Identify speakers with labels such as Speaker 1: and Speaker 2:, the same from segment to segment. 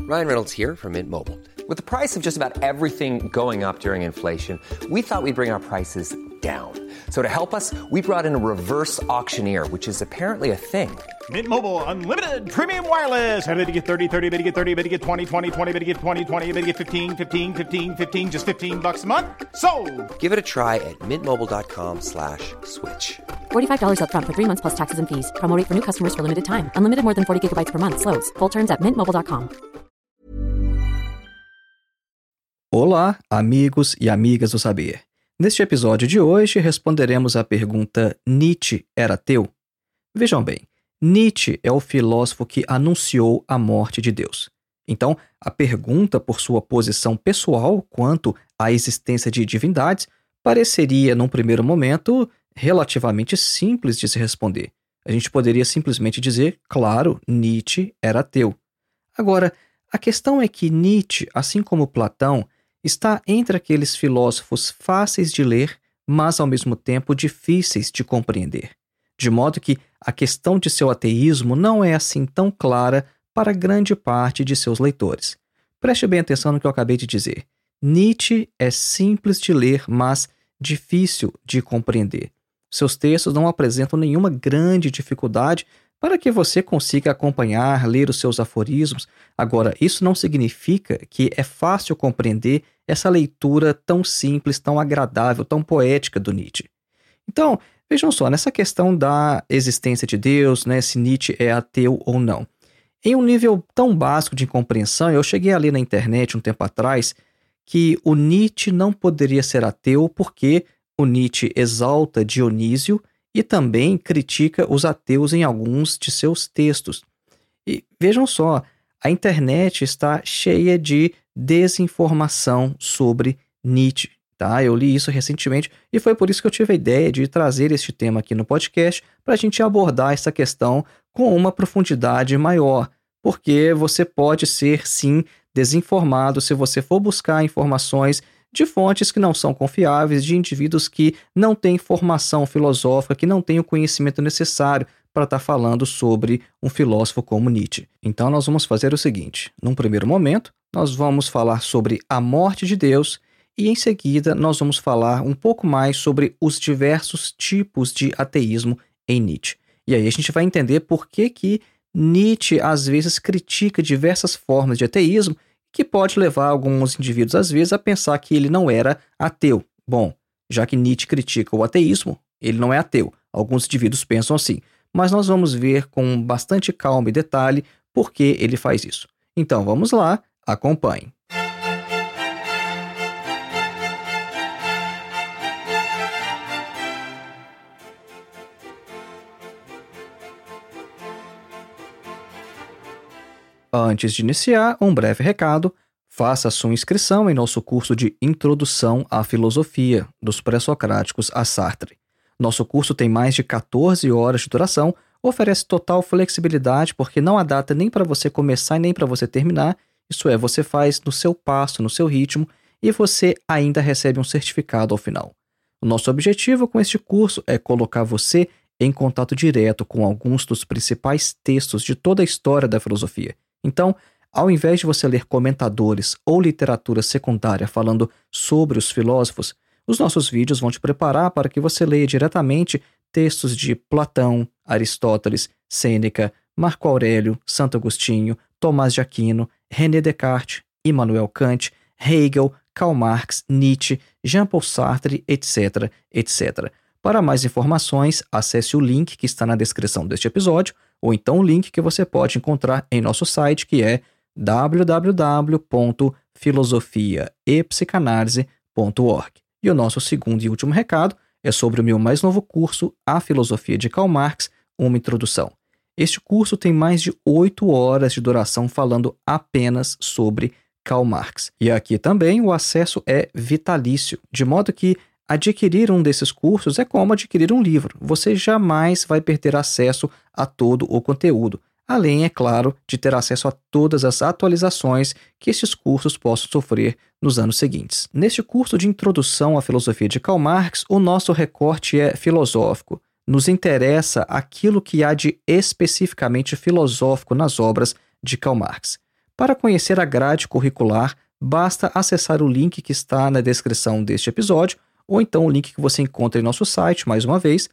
Speaker 1: Ryan Reynolds here from Mint Mobile. With the price of just about everything going up during inflation, we thought we'd bring our prices down. So to help us, we brought in a reverse auctioneer, which is apparently a thing.
Speaker 2: Mint Mobile Unlimited Premium Wireless. How to get 30, 30, bit to get 30, bit to get 20, 20, 20, bit to get 20, 20, bit to get 15, 15, 15, 15, just $15 a month? Sold!
Speaker 1: Give it a try at mintmobile.com/switch.
Speaker 3: $45 up front for 3 months plus taxes and fees. Promo rate for new customers for limited time. Unlimited more than 40 gigabytes per month. Slows full terms at mintmobile.com.
Speaker 4: Olá, amigos e amigas do Saber. Neste episódio de hoje, responderemos à pergunta: Nietzsche era ateu? Vejam bem, Nietzsche é o filósofo que anunciou a morte de Deus. Então, a pergunta por sua posição pessoal quanto à existência de divindades pareceria, num primeiro momento, relativamente simples de se responder. A gente poderia simplesmente dizer, claro, Nietzsche era ateu. Agora, a questão é que Nietzsche, assim como Platão, está entre aqueles filósofos fáceis de ler, mas ao mesmo tempo difíceis de compreender. De modo que a questão de seu ateísmo não é assim tão clara para grande parte de seus leitores. Preste bem atenção no que eu acabei de dizer. Nietzsche é simples de ler, mas difícil de compreender. Seus textos não apresentam nenhuma grande dificuldade para que você consiga acompanhar, ler os seus aforismos. Agora, isso não significa que é fácil compreender essa leitura tão simples, tão agradável, tão poética do Nietzsche. Então, vejam só, nessa questão da existência de Deus, né, se Nietzsche é ateu ou não. Em um nível tão básico de compreensão, eu cheguei a ler na internet um tempo atrás que o Nietzsche não poderia ser ateu porque o Nietzsche exalta Dionísio e também critica os ateus em alguns de seus textos. E vejam só, a internet está cheia de desinformação sobre Nietzsche. Tá? Eu li isso recentemente e foi por isso que eu tive a ideia de trazer este tema aqui no podcast para a gente abordar essa questão com uma profundidade maior, porque você pode ser, sim, desinformado se você for buscar informações de fontes que não são confiáveis, de indivíduos que não têm formação filosófica, que não têm o conhecimento necessário para estar falando sobre um filósofo como Nietzsche. Então nós vamos fazer o seguinte: num primeiro momento, nós vamos falar sobre a morte de Deus e em seguida nós vamos falar um pouco mais sobre os diversos tipos de ateísmo em Nietzsche. E aí a gente vai entender por que Nietzsche às vezes critica diversas formas de ateísmo, que pode levar alguns indivíduos, às vezes, a pensar que ele não era ateu. Bom, já que Nietzsche critica o ateísmo, ele não é ateu. Alguns indivíduos pensam assim. Mas nós vamos ver com bastante calma e detalhe por que ele faz isso. Então, vamos lá, acompanhe. Antes de iniciar, um breve recado. Faça sua inscrição em nosso curso de Introdução à Filosofia, dos Pré-Socráticos a Sartre. Nosso curso tem mais de 14 horas de duração, oferece total flexibilidade porque não há data nem para você começar e nem para você terminar. Isso é, você faz no seu passo, no seu ritmo, e você ainda recebe um certificado ao final. O nosso objetivo com este curso é colocar você em contato direto com alguns dos principais textos de toda a história da filosofia. Então, ao invés de você ler comentadores ou literatura secundária falando sobre os filósofos, os nossos vídeos vão te preparar para que você leia diretamente textos de Platão, Aristóteles, Sêneca, Marco Aurélio, Santo Agostinho, Tomás de Aquino, René Descartes, Immanuel Kant, Hegel, Karl Marx, Nietzsche, Jean-Paul Sartre, etc., etc. Para mais informações, acesse o link que está na descrição deste episódio, ou então o link que você pode encontrar em nosso site, que é www.filosofiaepsicanalise.org. E o nosso segundo e último recado é sobre o meu mais novo curso, A Filosofia de Karl Marx, uma introdução. Este curso tem mais de 8 horas de duração falando apenas sobre Karl Marx. E aqui também o acesso é vitalício, de modo que adquirir um desses cursos é como adquirir um livro. Você jamais vai perder acesso a todo o conteúdo. Além, é claro, de ter acesso a todas as atualizações que esses cursos possam sofrer nos anos seguintes. Neste curso de introdução à filosofia de Karl Marx, o nosso recorte é filosófico. Nos interessa aquilo que há de especificamente filosófico nas obras de Karl Marx. Para conhecer a grade curricular, basta acessar o link que está na descrição deste episódio, ou então o link que você encontra em nosso site, mais uma vez,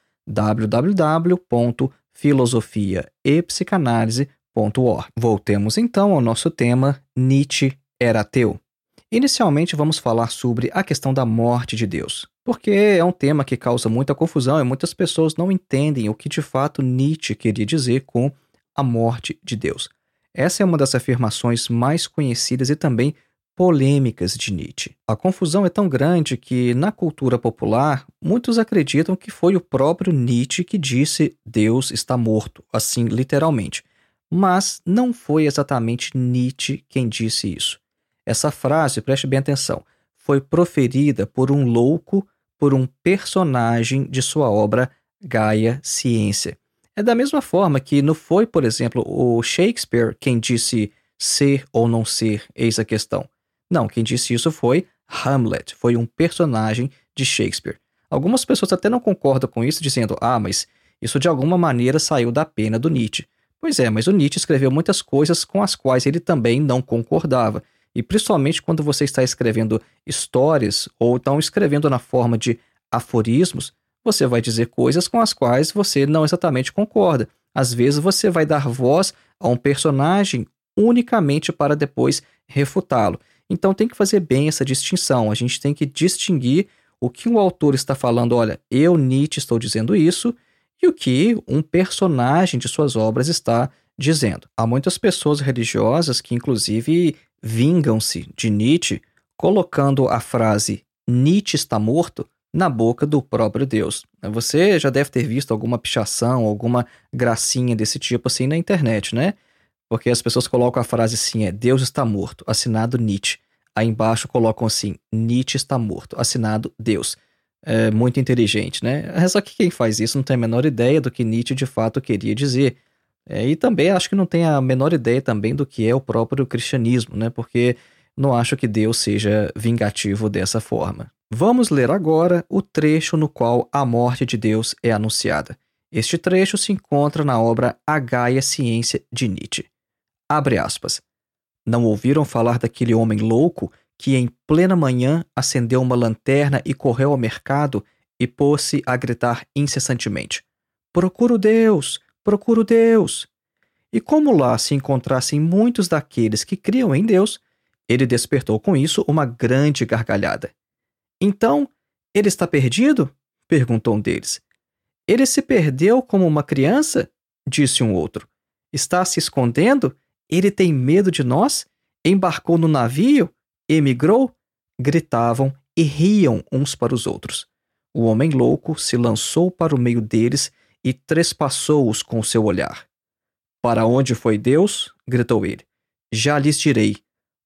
Speaker 4: www.filosofiaepsicanalise.org. Voltemos então ao nosso tema, Nietzsche era ateu. Inicialmente vamos falar sobre a questão da morte de Deus, porque é um tema que causa muita confusão e muitas pessoas não entendem o que de fato Nietzsche queria dizer com a morte de Deus. Essa é uma das afirmações mais conhecidas e também polêmicas de Nietzsche. A confusão é tão grande que, na cultura popular, muitos acreditam que foi o próprio Nietzsche que disse Deus está morto, assim literalmente. Mas não foi exatamente Nietzsche quem disse isso. Essa frase, preste bem atenção, foi proferida por um louco, por um personagem de sua obra Gaia Ciência. É da mesma forma que não foi, por exemplo, o Shakespeare quem disse ser ou não ser, eis a questão. Não, quem disse isso foi Hamlet, foi um personagem de Shakespeare. Algumas pessoas até não concordam com isso, dizendo, mas isso de alguma maneira saiu da pena do Nietzsche. Pois é, mas o Nietzsche escreveu muitas coisas com as quais ele também não concordava. E principalmente quando você está escrevendo histórias ou então escrevendo na forma de aforismos, você vai dizer coisas com as quais você não exatamente concorda. Às vezes você vai dar voz a um personagem unicamente para depois refutá-lo. Então tem que fazer bem essa distinção. A gente tem que distinguir o que o autor está falando, olha, eu, Nietzsche, estou dizendo isso, e o que um personagem de suas obras está dizendo. Há muitas pessoas religiosas que, inclusive, vingam-se de Nietzsche, colocando a frase Nietzsche está morto na boca do próprio Deus. Você já deve ter visto alguma pichação, alguma gracinha desse tipo assim na internet, né? Porque as pessoas colocam a frase assim, Deus está morto, assinado Nietzsche. Aí embaixo colocam assim, Nietzsche está morto, assinado Deus. É muito inteligente, né? Só que quem faz isso não tem a menor ideia do que Nietzsche de fato queria dizer. E também acho que não tem a menor ideia também do que é o próprio cristianismo, né? Porque não acho que Deus seja vingativo dessa forma. Vamos ler agora o trecho no qual a morte de Deus é anunciada. Este trecho se encontra na obra A Gaia Ciência de Nietzsche. Abre aspas. Não ouviram falar daquele homem louco que em plena manhã acendeu uma lanterna e correu ao mercado e pôs-se a gritar incessantemente. Procuro Deus! Procuro Deus! E como lá se encontrassem muitos daqueles que criam em Deus, ele despertou com isso uma grande gargalhada. Então, ele está perdido? Perguntou um deles. Ele se perdeu como uma criança? Disse um outro. Está se escondendo? Ele tem medo de nós? Embarcou no navio? Emigrou? Gritavam e riam uns para os outros. O homem louco se lançou para o meio deles e trespassou-os com seu olhar. Para onde foi Deus? Gritou ele. Já lhes direi.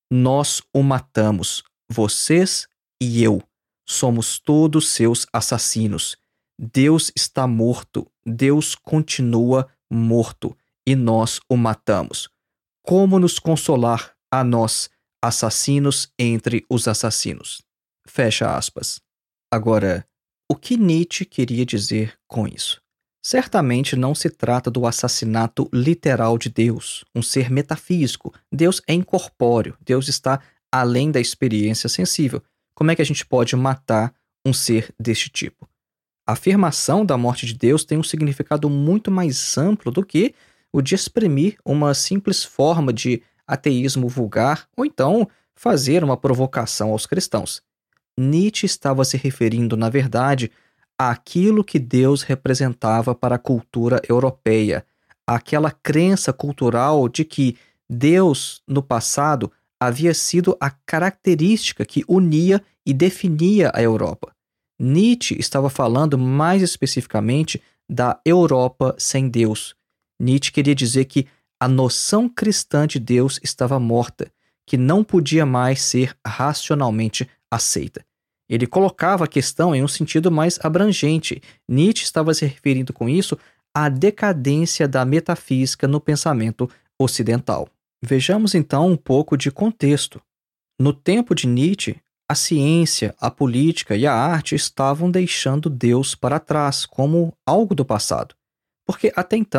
Speaker 4: Nós o matamos, vocês e eu. Somos todos seus assassinos. Deus está morto, Deus continua morto, e nós o matamos. Como nos consolar a nós, assassinos entre os assassinos? Fecha aspas. Agora, o que Nietzsche queria dizer com isso? Certamente não se trata do assassinato literal de Deus, um ser metafísico. Deus é incorpóreo, Deus está além da experiência sensível. Como é que a gente pode matar um ser deste tipo? A afirmação da morte de Deus tem um significado muito mais amplo do que o de exprimir uma simples forma de ateísmo vulgar ou então fazer uma provocação aos cristãos. Nietzsche estava se referindo, na verdade, àquilo que Deus representava para a cultura europeia, àquela crença cultural de que Deus, no passado, havia sido a característica que unia e definia a Europa. Nietzsche estava falando mais especificamente da Europa sem Deus. Nietzsche queria dizer que a noção cristã de Deus estava morta, que não podia mais ser racionalmente aceita. Ele colocava a questão em um sentido mais abrangente. Nietzsche estava se referindo com isso à decadência da metafísica no pensamento ocidental. Vejamos então um pouco de contexto. No tempo de Nietzsche, a ciência, a política e a arte estavam deixando Deus para trás como algo do passado. Porque até então,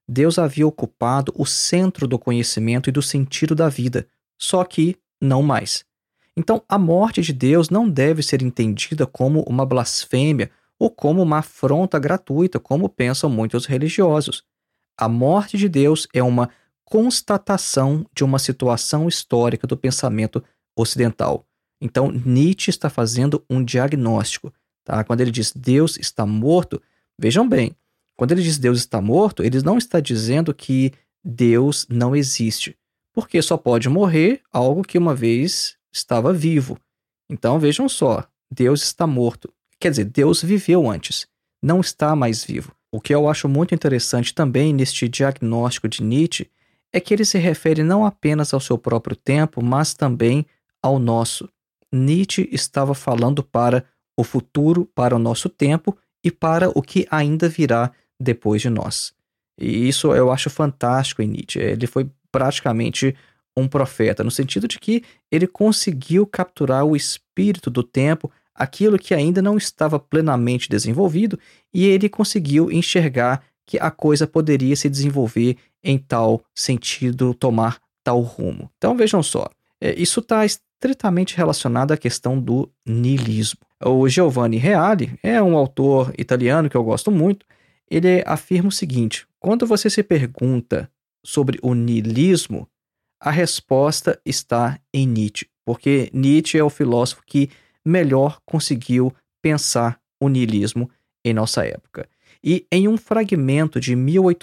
Speaker 4: Deus havia ocupado o centro do conhecimento e do sentido da vida, só que não mais. Então, a morte de Deus não deve ser entendida como uma blasfêmia ou como uma afronta gratuita, como pensam muitos religiosos. A morte de Deus é uma constatação de uma situação histórica do pensamento ocidental. Então, Nietzsche está fazendo um diagnóstico. Tá? Quando ele diz Deus está morto, vejam bem, quando ele diz Deus está morto, ele não está dizendo que Deus não existe, porque só pode morrer algo que uma vez estava vivo. Então, vejam só, Deus está morto. Quer dizer, Deus viveu antes, não está mais vivo. O que eu acho muito interessante também neste diagnóstico de Nietzsche é que ele se refere não apenas ao seu próprio tempo, mas também ao nosso. Nietzsche estava falando para o futuro, para o nosso tempo e para o que ainda virá depois de nós. E isso eu acho fantástico em Nietzsche. Ele foi praticamente um profeta, no sentido de que ele conseguiu capturar o espírito do tempo, aquilo que ainda não estava plenamente desenvolvido, e ele conseguiu enxergar que a coisa poderia se desenvolver em tal sentido, tomar tal rumo. Então vejam só, isso está estritamente relacionado à questão do niilismo. O Giovanni Reale é um autor italiano que eu gosto muito. Ele afirma o seguinte: quando você se pergunta sobre o niilismo, a resposta está em Nietzsche, porque Nietzsche é o filósofo que melhor conseguiu pensar o niilismo em nossa época. E em um fragmento de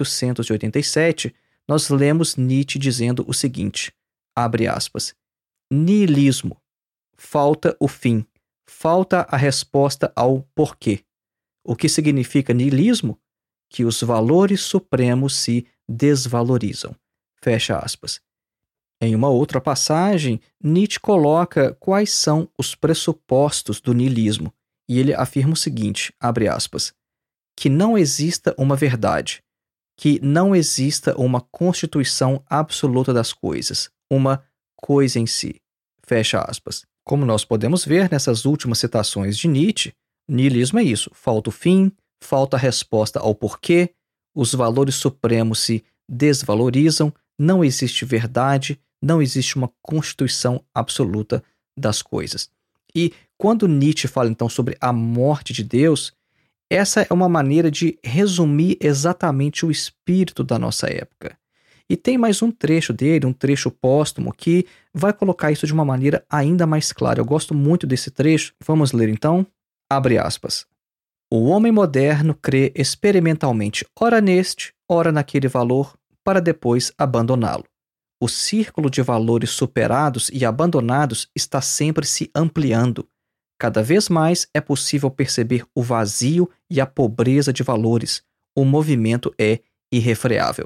Speaker 4: 1887, nós lemos Nietzsche dizendo o seguinte, abre aspas, niilismo, falta o fim, falta a resposta ao porquê. O que significa niilismo? Que os valores supremos se desvalorizam. Fecha aspas. Em uma outra passagem, Nietzsche coloca quais são os pressupostos do niilismo, e ele afirma o seguinte, abre aspas, que não exista uma verdade, que não exista uma constituição absoluta das coisas, uma coisa em si. Fecha aspas. Como nós podemos ver nessas últimas citações de Nietzsche, niilismo é isso, falta o fim, falta a resposta ao porquê, os valores supremos se desvalorizam, não existe verdade, não existe uma constituição absoluta das coisas. E quando Nietzsche fala então sobre a morte de Deus, essa é uma maneira de resumir exatamente o espírito da nossa época. E tem mais um trecho dele, um trecho póstumo, que vai colocar isso de uma maneira ainda mais clara. Eu gosto muito desse trecho. Vamos ler então? Abre aspas. O homem moderno crê experimentalmente ora neste, ora naquele valor, para depois abandoná-lo. O círculo de valores superados e abandonados está sempre se ampliando. Cada vez mais é possível perceber o vazio e a pobreza de valores. O movimento é irrefreável.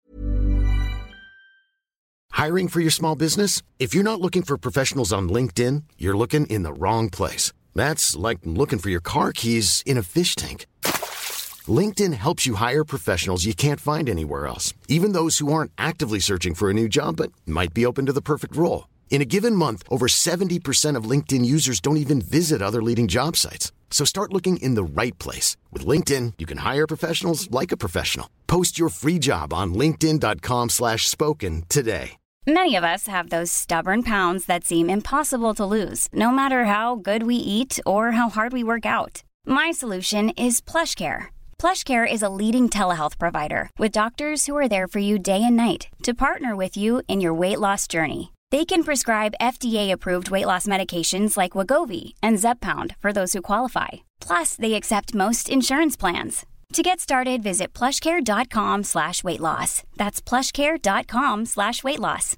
Speaker 5: Hiring for your small business? If you're not looking for professionals on LinkedIn, you're looking in the wrong place. That's like looking for your car keys in a fish tank. LinkedIn helps you hire professionals you can't find anywhere else, even those who aren't actively searching for a new job but might be open to the perfect role. In a given month, over 70% of LinkedIn users don't even visit other leading job sites. So start looking in the right place. With LinkedIn, you can hire professionals like a professional. Post your free job on linkedin.com/spoken today.
Speaker 6: Many of us have those stubborn pounds that seem impossible to lose, no matter how good we eat or how hard we work out. My solution is PlushCare. PlushCare is a leading telehealth provider with doctors who are there for you day and night to partner with you in your weight loss journey. They can prescribe FDA-approved weight loss medications like Wegovy and Zepbound for those who qualify. Plus, they accept most insurance plans. To get started, visit plushcare.com/weightloss. That's plushcare.com/weightloss.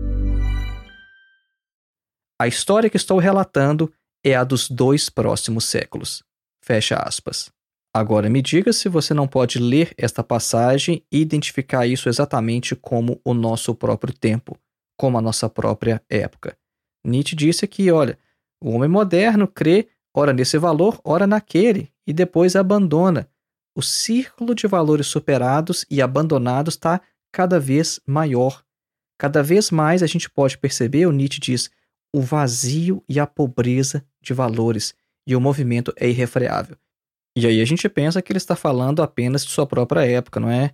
Speaker 4: A história que estou relatando é a dos 2 próximos séculos. Fecha aspas. Agora me diga se você não pode ler esta passagem e identificar isso exatamente como o nosso próprio tempo, como a nossa própria época. Nietzsche disse que, olha, o homem moderno crê ora nesse valor, ora naquele, e depois abandona. O círculo de valores superados e abandonados está cada vez maior. Cada vez mais a gente pode perceber, o Nietzsche diz, o vazio e a pobreza de valores, e o movimento é irrefreável. E aí a gente pensa que ele está falando apenas de sua própria época, não é?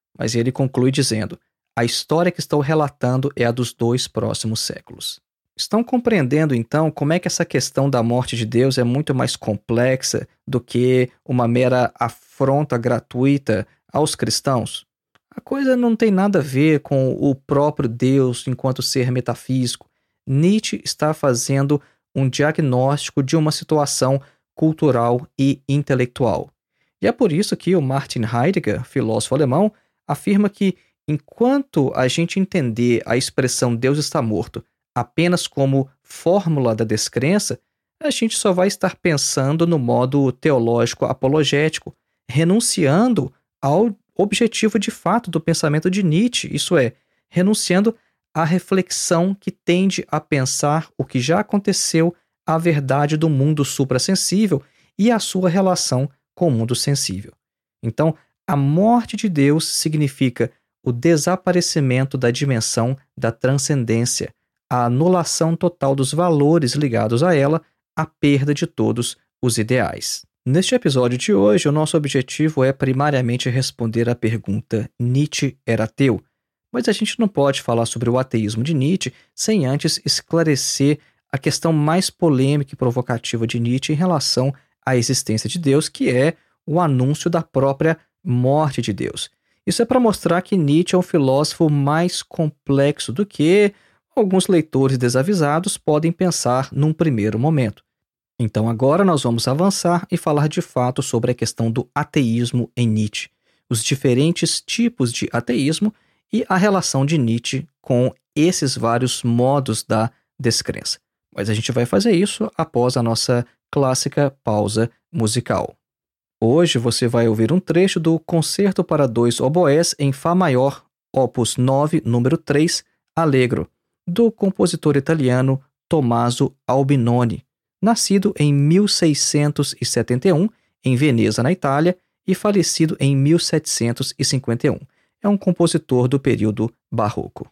Speaker 4: Mas ele conclui dizendo: a história que estou relatando é a dos 2 próximos séculos. Estão compreendendo, então, como é que essa questão da morte de Deus é muito mais complexa do que uma mera afronta gratuita aos cristãos? A coisa não tem nada a ver com o próprio Deus enquanto ser metafísico. Nietzsche está fazendo um diagnóstico de uma situação cultural e intelectual. E é por isso que o Martin Heidegger, filósofo alemão, afirma que enquanto a gente entender a expressão Deus está morto apenas como fórmula da descrença, a gente só vai estar pensando no modo teológico apologético, renunciando ao objetivo de fato do pensamento de Nietzsche, isso é, renunciando à reflexão que tende a pensar o que já aconteceu, a verdade do mundo suprassensível e a sua relação com o mundo sensível. Então, a morte de Deus significa o desaparecimento da dimensão da transcendência, a anulação total dos valores ligados a ela, a perda de todos os ideais. Neste episódio de hoje, o nosso objetivo é primariamente responder à pergunta: Nietzsche era ateu? Mas a gente não pode falar sobre o ateísmo de Nietzsche sem antes esclarecer a questão mais polêmica e provocativa de Nietzsche em relação à existência de Deus, que é o anúncio da própria morte de Deus. Isso é para mostrar que Nietzsche é um filósofo mais complexo do que alguns leitores desavisados podem pensar num primeiro momento. Então agora nós vamos avançar e falar de fato sobre a questão do ateísmo em Nietzsche, os diferentes tipos de ateísmo e a relação de Nietzsche com esses vários modos da descrença. Mas a gente vai fazer isso após a nossa clássica pausa musical. Hoje você vai ouvir um trecho do Concerto para 2 oboés em Fá maior, opus 9, número 3, Allegro, do compositor italiano Tommaso Albinoni, nascido em 1671 em Veneza, na Itália, e falecido em 1751. É um compositor do período barroco.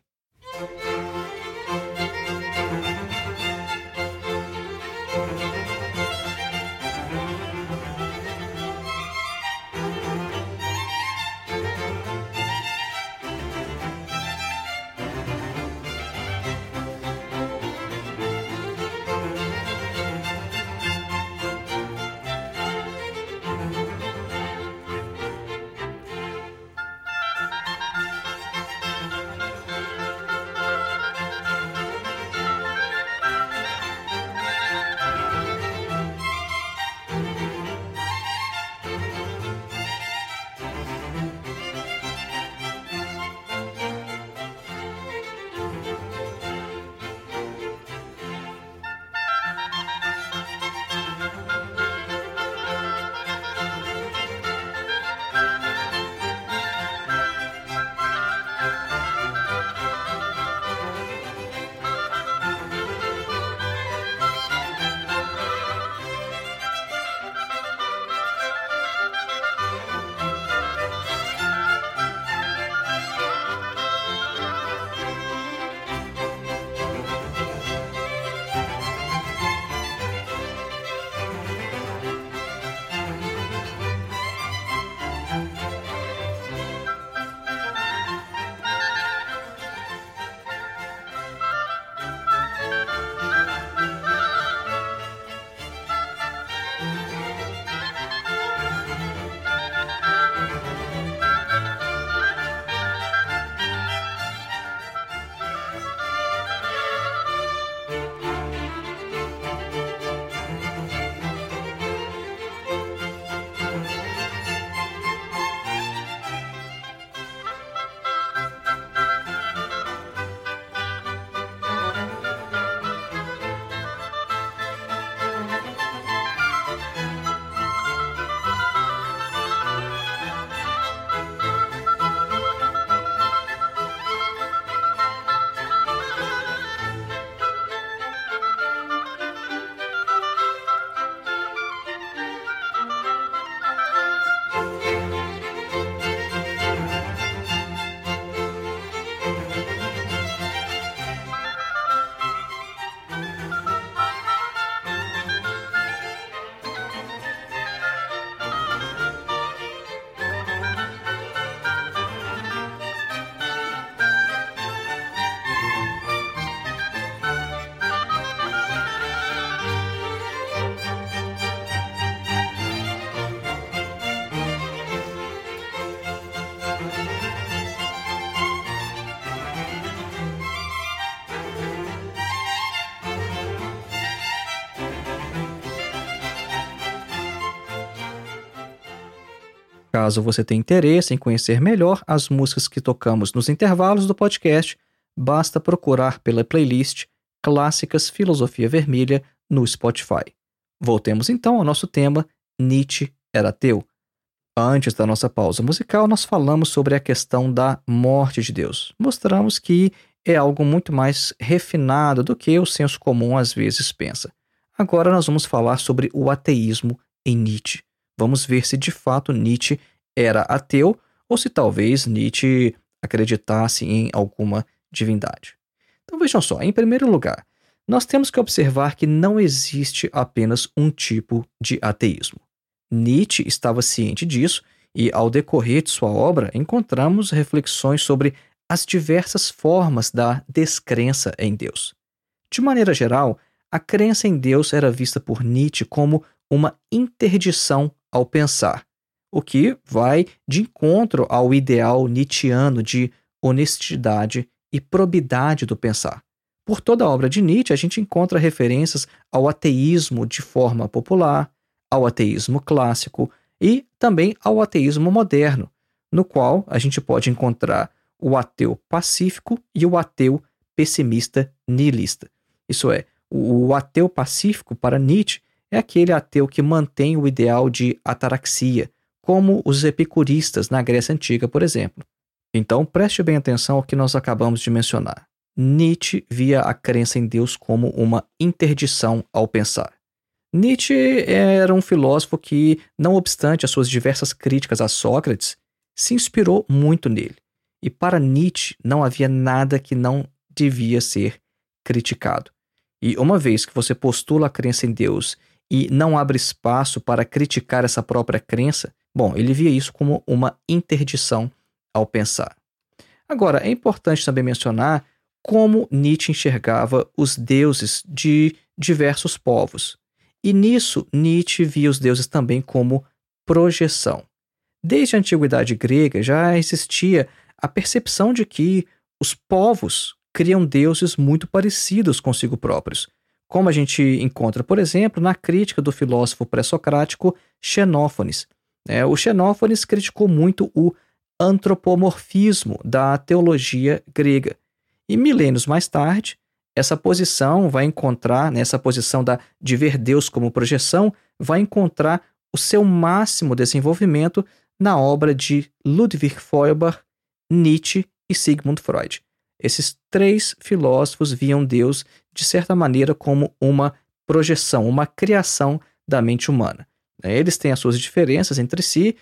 Speaker 4: Caso você tenha interesse em conhecer melhor as músicas que tocamos nos intervalos do podcast, basta procurar pela playlist Clássicas Filosofia Vermelha no Spotify. Voltemos então ao nosso tema, Nietzsche era ateu. Antes da nossa pausa musical, nós falamos sobre a questão da morte de Deus. Mostramos que é algo muito mais refinado do que o senso comum às vezes pensa. Agora nós vamos falar sobre o ateísmo em Nietzsche. Vamos ver se de fato Nietzsche era ateu ou se talvez Nietzsche acreditasse em alguma divindade. Então vejam só, em primeiro lugar, nós temos que observar que não existe apenas um tipo de ateísmo. Nietzsche estava ciente disso e, ao decorrer de sua obra, encontramos reflexões sobre as diversas formas da descrença em Deus. De maneira geral, a crença em Deus era vista por Nietzsche como uma interdição ao pensar, o que vai de encontro ao ideal nietzschiano de honestidade e probidade do pensar. Por toda a obra de Nietzsche, a gente encontra referências ao ateísmo de forma popular, ao ateísmo clássico e também ao ateísmo moderno, no qual a gente pode encontrar o ateu pacífico e o ateu pessimista nihilista. Isso é, o ateu pacífico para Nietzsche é aquele ateu que mantém o ideal de ataraxia, como os epicuristas na Grécia Antiga, por exemplo. Então, preste bem atenção ao que nós acabamos de mencionar. Nietzsche via a crença em Deus como uma interdição ao pensar. Nietzsche era um filósofo que, não obstante as suas diversas críticas a Sócrates, se inspirou muito nele. E para Nietzsche não havia nada que não devia ser criticado. E uma vez que você postula a crença em Deus e não abre espaço para criticar essa própria crença, bom, ele via isso como uma interdição ao pensar. Agora, é importante também mencionar como Nietzsche enxergava os deuses de diversos povos. E nisso, Nietzsche via os deuses também como projeção. Desde a antiguidade grega já existia a percepção de que os povos criam deuses muito parecidos consigo próprios, como a gente encontra, por exemplo, na crítica do filósofo pré-socrático Xenófanes. O Xenófanes criticou muito o antropomorfismo da teologia grega. E milênios mais tarde, essa posição vai encontrar, essa posição de ver Deus como projeção, vai encontrar o seu máximo desenvolvimento na obra de Ludwig Feuerbach, Nietzsche e Sigmund Freud. Esses três filósofos viam Deus, de certa maneira, como uma projeção, uma criação da mente humana. Eles têm as suas diferenças entre si,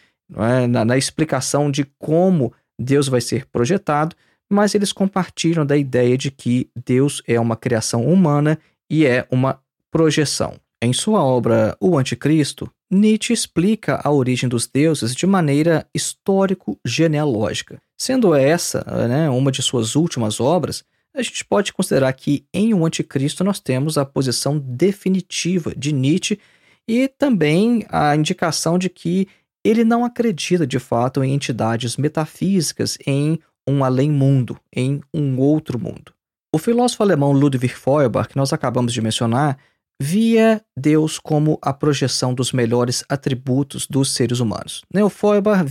Speaker 4: na explicação de como Deus vai ser projetado, mas eles compartilham da ideia de que Deus é uma criação humana e é uma projeção. Em sua obra O Anticristo, Nietzsche explica a origem dos deuses de maneira histórico-genealógica. Sendo essa uma de suas últimas obras, a gente pode considerar que em O Anticristo nós temos a posição definitiva de Nietzsche e também a indicação de que ele não acredita de fato em entidades metafísicas, em um além-mundo, em um outro mundo. O filósofo alemão Ludwig Feuerbach, que nós acabamos de mencionar, via Deus como a projeção dos melhores atributos dos seres humanos. O Feuerbach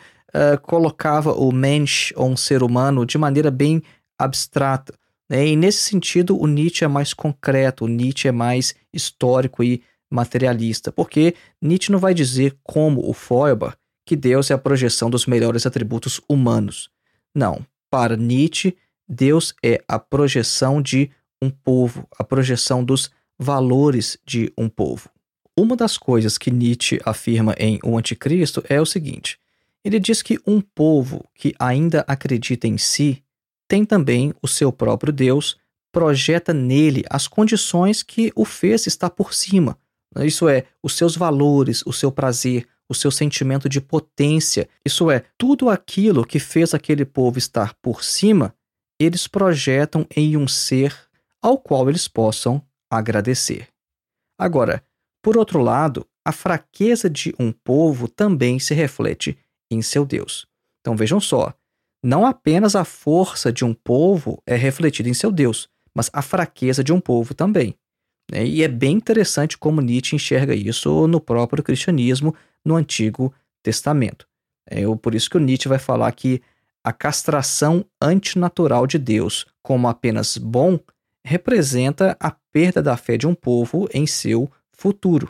Speaker 4: colocava o Mensch, ou um ser humano, de maneira bem abstrata. E nesse sentido, o Nietzsche é mais concreto, o Nietzsche é mais histórico e materialista, porque Nietzsche não vai dizer, como o Feuerbach, que Deus é a projeção dos melhores atributos humanos. Não, para Nietzsche, Deus é a projeção de um povo, a projeção dos valores de um povo. Uma das coisas que Nietzsche afirma em O Anticristo é o seguinte: ele diz que um povo que ainda acredita em si tem também o seu próprio Deus, projeta nele as condições que o fez estar por cima. Isso é, os seus valores, o seu prazer, o seu sentimento de potência, isso é, tudo aquilo que fez aquele povo estar por cima, eles projetam em um ser ao qual eles possam agradecer. Agora, por outro lado, a fraqueza de um povo também se reflete em seu Deus. Então vejam só, não apenas a força de um povo é refletida em seu Deus, mas a fraqueza de um povo também. E é bem interessante como Nietzsche enxerga isso no próprio cristianismo, no Antigo Testamento. Por isso que o Nietzsche vai falar que a castração antinatural de Deus como apenas bom representa a perda da fé de um povo em seu futuro.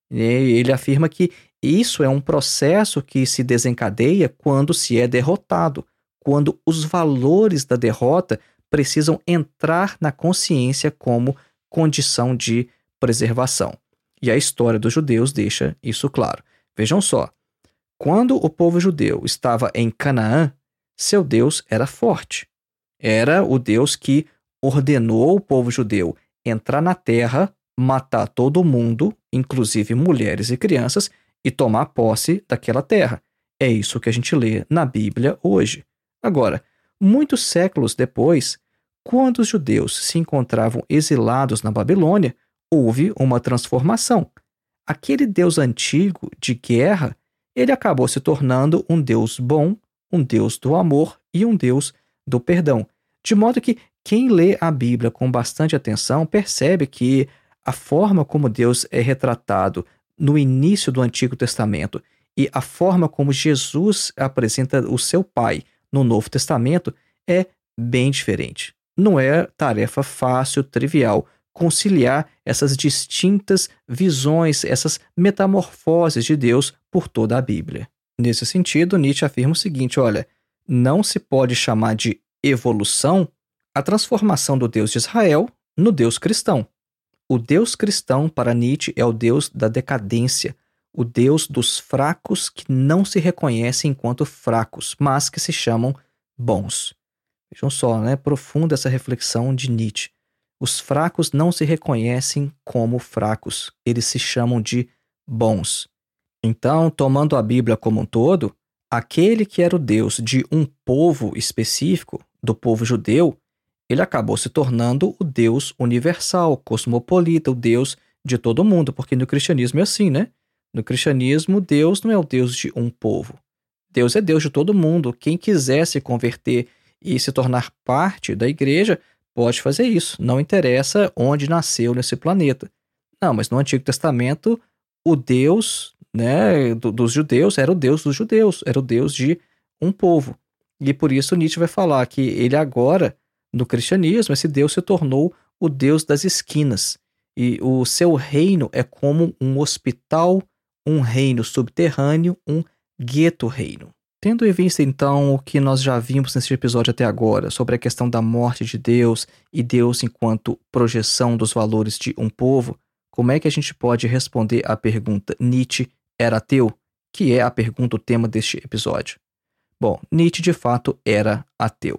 Speaker 4: Ele afirma que isso é um processo que se desencadeia quando se é derrotado, quando os valores da derrota precisam entrar na consciência como condição de preservação. E a história dos judeus deixa isso claro. Vejam só, quando o povo judeu estava em Canaã, seu Deus era forte. Era o Deus que ordenou o povo judeu entrar na terra, matar todo mundo, inclusive mulheres e crianças, e tomar posse daquela terra. É isso que a gente lê na Bíblia hoje. Agora, muitos séculos depois, quando os judeus se encontravam exilados na Babilônia, houve uma transformação. Aquele Deus antigo de guerra, ele acabou se tornando um Deus bom, um Deus do amor e um Deus do perdão. De modo que quem lê a Bíblia com bastante atenção percebe que a forma como Deus é retratado no início do Antigo Testamento e a forma como Jesus apresenta o seu Pai no Novo Testamento é bem diferente. Não é tarefa fácil, trivial, conciliar essas distintas visões, essas metamorfoses de Deus por toda a Bíblia. Nesse sentido, Nietzsche afirma o seguinte, olha, não se pode chamar de evolução a transformação do Deus de Israel no Deus cristão. O Deus cristão, para Nietzsche, é o Deus da decadência, o Deus dos fracos que não se reconhecem enquanto fracos, mas que se chamam bons. Vejam só, né? Profunda essa reflexão de Nietzsche. Os fracos não se reconhecem como fracos, eles se chamam de bons. Então, tomando a Bíblia como um todo, aquele que era o Deus de um povo específico, do povo judeu, ele acabou se tornando o Deus universal, cosmopolita, o Deus de todo mundo, porque no cristianismo é assim, né? No cristianismo, Deus não é o Deus de um povo. Deus é Deus de todo mundo. Quem quiser se converter e se tornar parte da igreja, pode fazer isso. Não interessa onde nasceu nesse planeta. Não, mas no Antigo Testamento, o Deus, né, dos judeus era o Deus dos judeus, era o Deus de um povo. E por isso Nietzsche vai falar que ele agora, no cristianismo, esse Deus se tornou o Deus das esquinas. E o seu reino é como um hospital, um reino subterrâneo, um gueto-reino. Tendo em vista, então, o que nós já vimos nesse episódio até agora, sobre a questão da morte de Deus e Deus enquanto projeção dos valores de um povo, como é que a gente pode responder à pergunta Nietzsche era ateu, que é a pergunta, o tema deste episódio? Bom, Nietzsche de fato era ateu,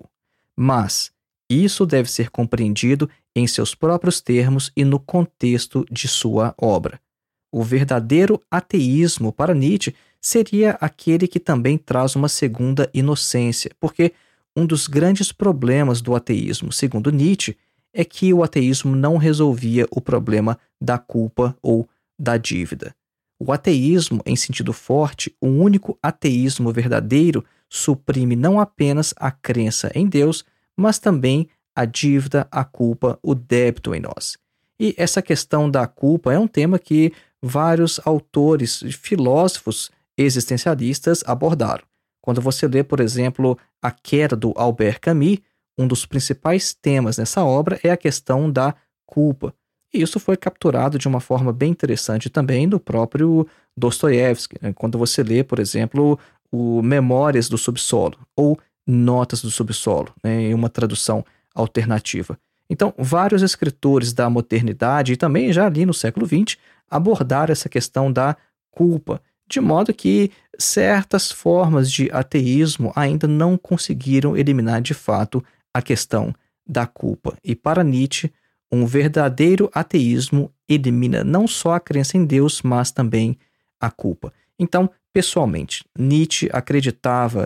Speaker 4: mas isso deve ser compreendido em seus próprios termos e no contexto de sua obra. O verdadeiro ateísmo para Nietzsche seria aquele que também traz uma segunda inocência, porque um dos grandes problemas do ateísmo, segundo Nietzsche, é que o ateísmo não resolvia o problema da culpa ou da dívida. O ateísmo, em sentido forte, o único ateísmo verdadeiro, suprime não apenas a crença em Deus, mas também a dívida, a culpa, o débito em nós. E essa questão da culpa é um tema que vários autores, filósofos existencialistas abordaram. Quando você lê, por exemplo, A Queda do Albert Camus, um dos principais temas nessa obra é a questão da culpa. E isso foi capturado de uma forma bem interessante também no próprio Dostoiévski. Quando você lê, por exemplo, o Memórias do Subsolo ou Notas do Subsolo, em uma tradução alternativa. Então, vários escritores da modernidade e também já ali no século XX abordaram essa questão da culpa, de modo que certas formas de ateísmo ainda não conseguiram eliminar de fato a questão da culpa. E para Nietzsche, um verdadeiro ateísmo elimina não só a crença em Deus, mas também a culpa. Então, pessoalmente, Nietzsche acreditava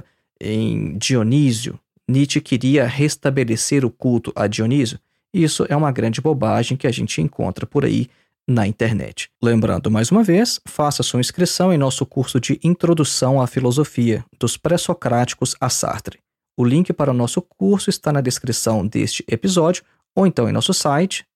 Speaker 4: em Dionísio. Nietzsche queria restabelecer o culto a Dionísio. Isso é uma grande bobagem que a gente encontra por aí na internet. Lembrando mais uma vez, faça sua inscrição em nosso curso de Introdução à Filosofia, dos Pré-Socráticos a Sartre. O link para o nosso curso está na descrição deste episódio ou então em nosso site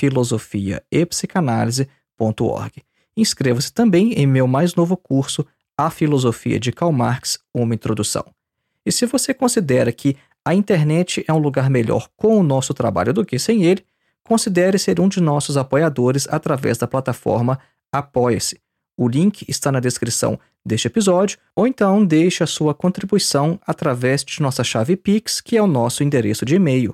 Speaker 4: www.filosofiaepsicanalise.org. Inscreva-se também em meu mais novo curso, A Filosofia de Karl Marx, uma introdução. E se você considera que a internet é um lugar melhor com o nosso trabalho do que sem ele, considere ser um de nossos apoiadores através da plataforma Apoia-se. O link está na descrição deste episódio, ou então deixe a sua contribuição através de nossa chave Pix, que é o nosso endereço de e-mail,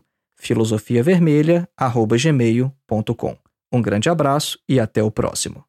Speaker 4: filosofiavermelha@gmail.com. Um grande abraço e até o próximo.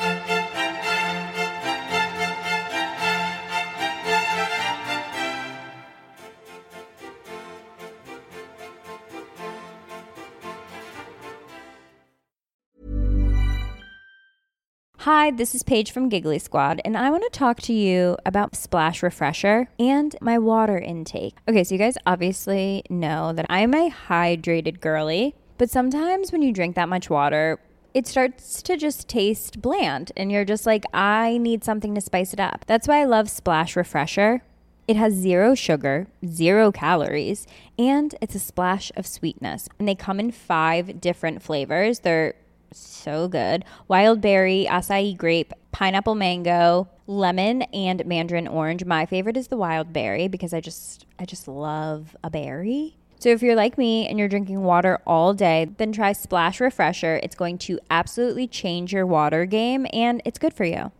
Speaker 7: Hi, this is Paige from Giggly Squad, and I want to talk to you about Splash Refresher and my water intake. Okay, so you guys obviously know that I'm a hydrated girly, but sometimes when you drink that much water, it starts to just taste bland, and you're just like, I need something to spice it up. That's why I love Splash Refresher. It has 0 sugar, 0 calories, and it's a splash of sweetness. And they come in 5 different flavors. They're so good. Wild berry, acai grape, pineapple mango, lemon, and mandarin orange. My favorite is the wild berry because I just love a berry. So if you're like me and you're drinking water all day, then try Splash Refresher. It's going to absolutely change your water game, and it's good for you.